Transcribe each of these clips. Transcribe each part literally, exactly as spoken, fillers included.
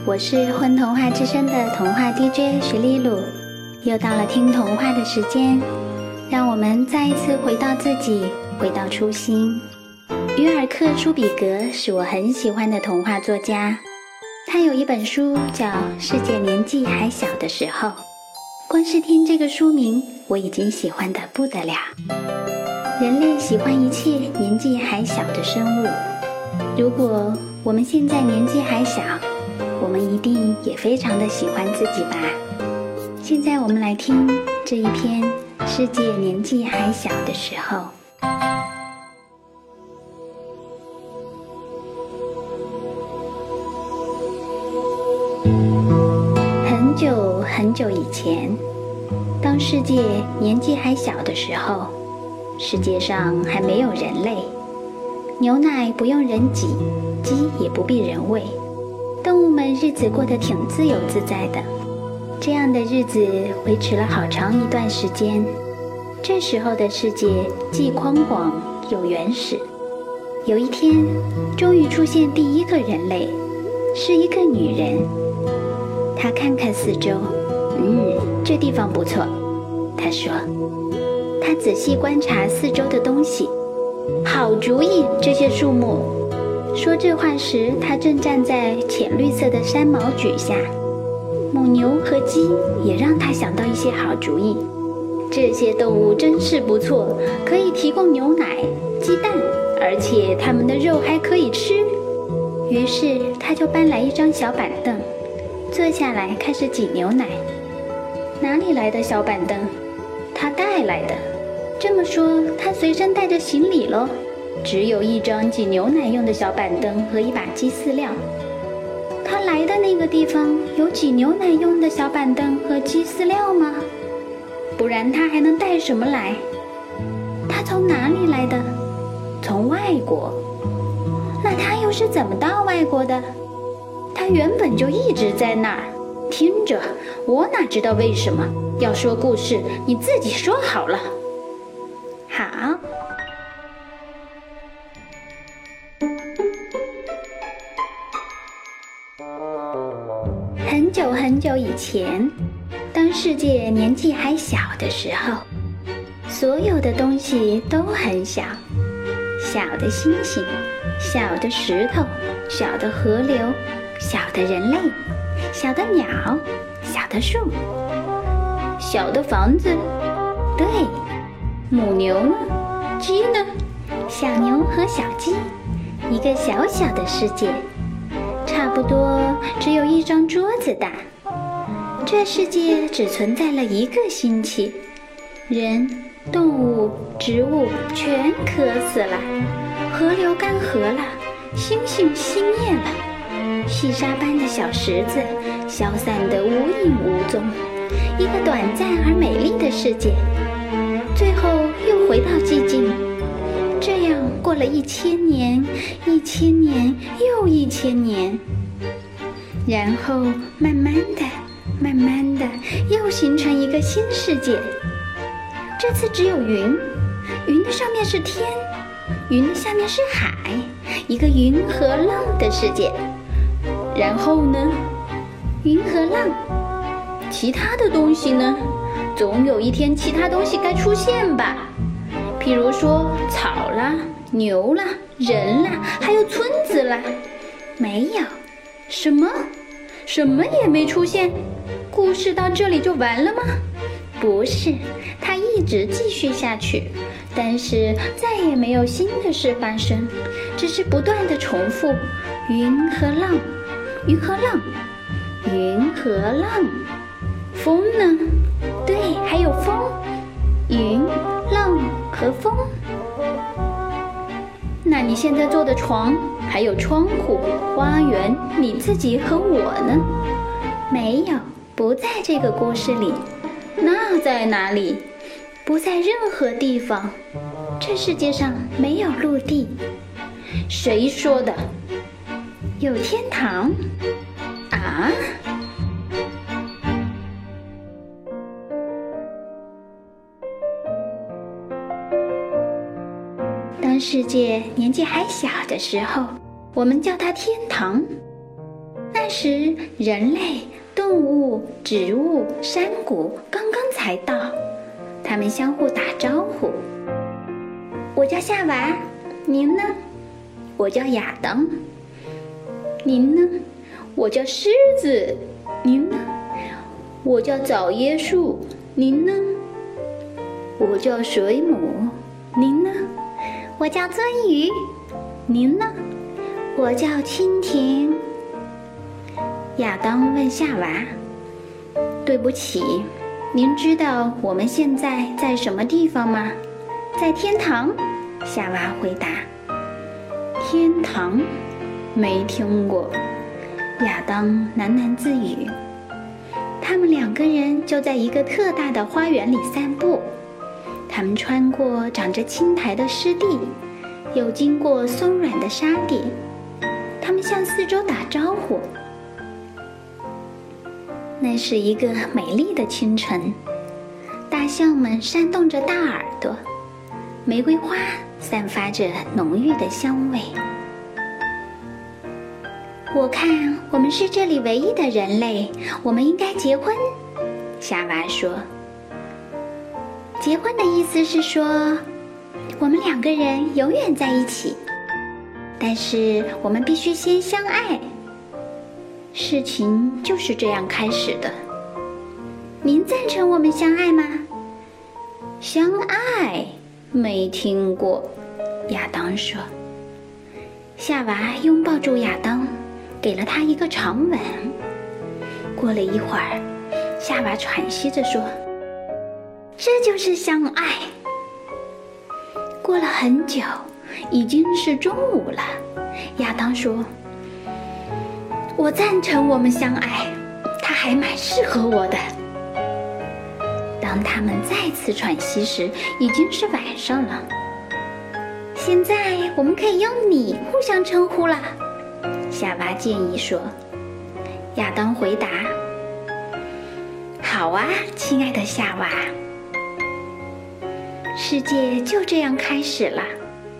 我是混童话之声的童话 D J 徐丽露，又到了听童话的时间，让我们再一次回到自己，回到初心。约尔克·舒比格是我很喜欢的童话作家，他有一本书叫《世界年纪还小的时候》，光是听这个书名，我已经喜欢得不得了。人类喜欢一切年纪还小的生物，如果我们现在年纪还小，我们一定也非常的喜欢自己吧。现在我们来听这一篇《世界年纪还小的时候》。很久很久以前，当世界年纪还小的时候，世界上还没有人类，牛奶不用人挤，鸡也不必人喂，动物们日子过得挺自由自在的。这样的日子维持了好长一段时间。这时候的世界既宽广又原始。有一天，终于出现第一个人类，是一个女人。她看看四周，嗯，这地方不错，她说。她仔细观察四周的东西，好主意，这些树木。说这话时，她正站在浅绿色的山毛榉下。母牛和鸡也让她想到一些好主意。这些动物真是不错，可以提供牛奶、鸡蛋，而且它们的肉还可以吃。于是她就搬来一张小板凳，坐下来开始挤牛奶。哪里来的小板凳？她带来的。这么说，她随身带着行李咯。只有一张挤牛奶用的小板凳和一把鸡饲料。他来的那个地方有挤牛奶用的小板凳和鸡饲料吗？不然他还能带什么来？他从哪里来的？从外国。那他又是怎么到外国的？他原本就一直在那儿。听着，我哪知道为什么？要说故事，你自己说好了。好。很久很久以前，当世界年纪还小的时候，所有的东西都很小，小的星星，小的石头，小的河流，小的人类，小的鸟，小的树，小的房子，对，母牛呢？鸡呢？小牛和小鸡，一个小小的世界。差不多只有一张桌子大。这世界只存在了一个星期，人、动物、植物全渴死了，河流干涸了，星星熄灭了，细沙般的小石子消散得无影无踪，一个短暂而美丽的世界，最后又回到寂静。这样过了一千年，一千年又一千年，然后慢慢的、慢慢的又形成一个新世界。这次只有云，云的上面是天，云的下面是海，一个云和浪的世界。然后呢？云和浪，其他的东西呢？总有一天其他东西该出现吧。譬如说草啦、牛啦、人啦，还有村子啦。没有。什么？什么也没出现？故事到这里就完了吗？不是，它一直继续下去，但是再也没有新的事发生，只是不断地重复云和浪，云和浪，云和浪。风呢？对，还有风，云、浪和风。那你现在坐的床，还有窗户、花园，你自己和我呢？没有，不在这个故事里。那在哪里？不在任何地方。这世界上没有陆地。谁说的？有天堂。啊？当世界年纪还小的时候，我们叫它天堂。那那时，人类、动物、植物、山谷刚刚才到，他们相互打招呼。我叫夏娃，您呢？我叫亚当。您呢？我叫狮子。您呢？我叫枣椰树。您呢？我叫水母。您呢？我叫鳟鱼。您呢？我叫蜻蜓。亚当问夏娃：对不起，您知道我们现在在什么地方吗？在天堂。夏娃回答。天堂？没听过。亚当喃喃自语。他们两个人就在一个特大的花园里散步，他们穿过长着青苔的湿地，又经过松软的沙地，他们向四周打招呼。那是一个美丽的清晨，大象们扇动着大耳朵，玫瑰花散发着浓郁的香味。我看我们是这里唯一的人类，我们应该结婚。夏娃说。结婚的意思是说，我们两个人永远在一起，但是我们必须先相爱。事情就是这样开始的。您赞成我们相爱吗？相爱？没听过。亚当说。夏娃拥抱住亚当，给了他一个长吻。过了一会儿，夏娃喘息着说：这就是相爱。过了很久，已经是中午了。亚当说：我赞成我们相爱，他还蛮适合我的。当他们再次喘息时，已经是晚上了。现在我们可以用你互相称呼了，夏娃建议说。亚当回答：好啊，亲爱的夏娃。世界就这样开始了。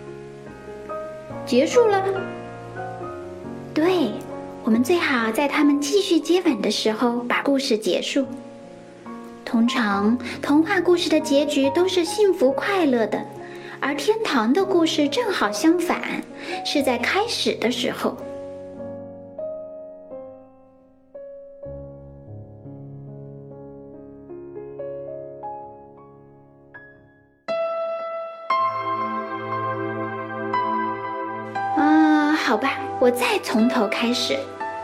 结束了？对，我们最好在他们继续接吻的时候把故事结束。通常童话故事的结局都是幸福快乐的，而天堂的故事正好相反，是在开始的时候。啊，好吧，我再从头开始。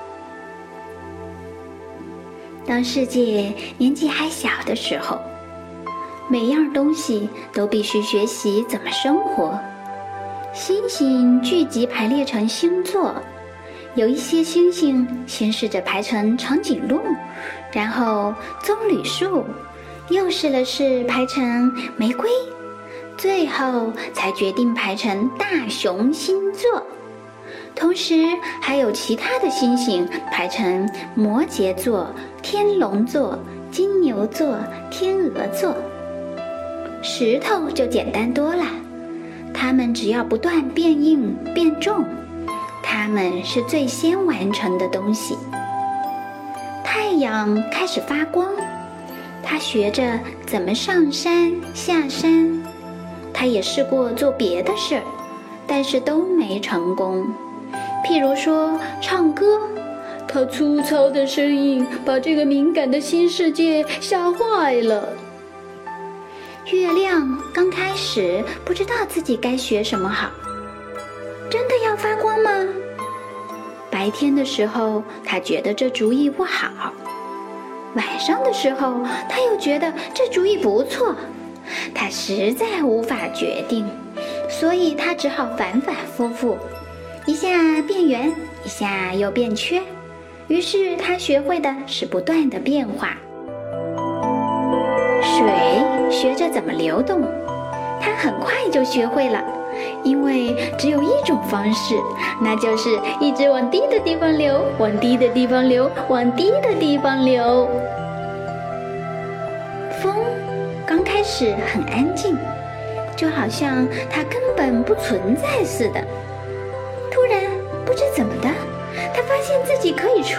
当世界年纪还小的时候，每样东西都必须学习怎么生活。星星聚集排列成星座，有一些星星先试着排成长颈鹿，然后棕榈树，又试了试排成玫瑰，最后才决定排成大熊星座。同时还有其他的星星排成摩羯座、天龙座、金牛座、天鹅座。石头就简单多了，它们只要不断变硬变重，它们是最先完成的东西。太阳开始发光，它学着怎么上山下山。它也试过做别的事儿，但是都没成功。譬如说唱歌，它粗糙的声音把这个敏感的新世界吓坏了。月亮刚开始不知道自己该学什么好，真的要发光吗？白天的时候，他觉得这主意不好，晚上的时候，他又觉得这主意不错，他实在无法决定，所以他只好反反复复，一下变圆，一下又变缺。于是他学会的是不断的变化。水学着怎么流动，他很快就学会了，因为只有一种方式，那就是一直往低的地方流，往低的地方流，往低的地方流。风刚开始很安静，就好像它根本不存在似的。突然不知怎么的， 他发现自己可以吹。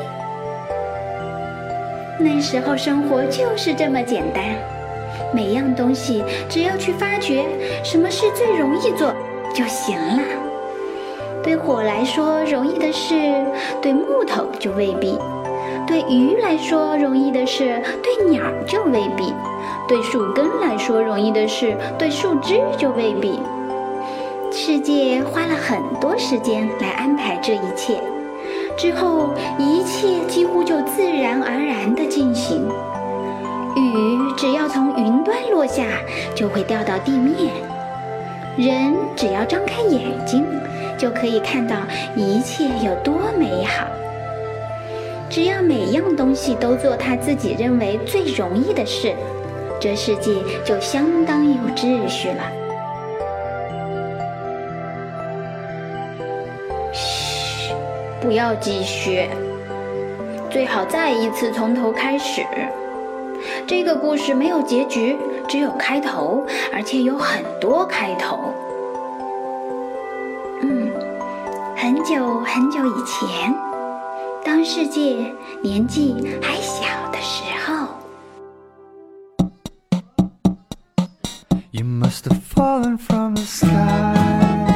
那时候生活就是这么简单，每样东西只要去发掘什么事最容易做就行了。对火来说容易的事，对木头就未必；对鱼来说容易的事，对鸟就未必；对树根来说容易的事，对树枝就未必。世界花了很多时间来安排这一切，之后一切几乎就自然而然地进行。雨只要从云端落下，就会掉到地面；人只要张开眼睛，就可以看到一切有多美好。只要每样东西都做他自己认为最容易的事，这世界就相当有秩序了。嘘，不要继续，最好再一次从头开始。这个故事没有结局，只有开头，而且有很多开头。嗯，很久很久以前，当世界年纪还小的时候。 You must have fallen from the sky.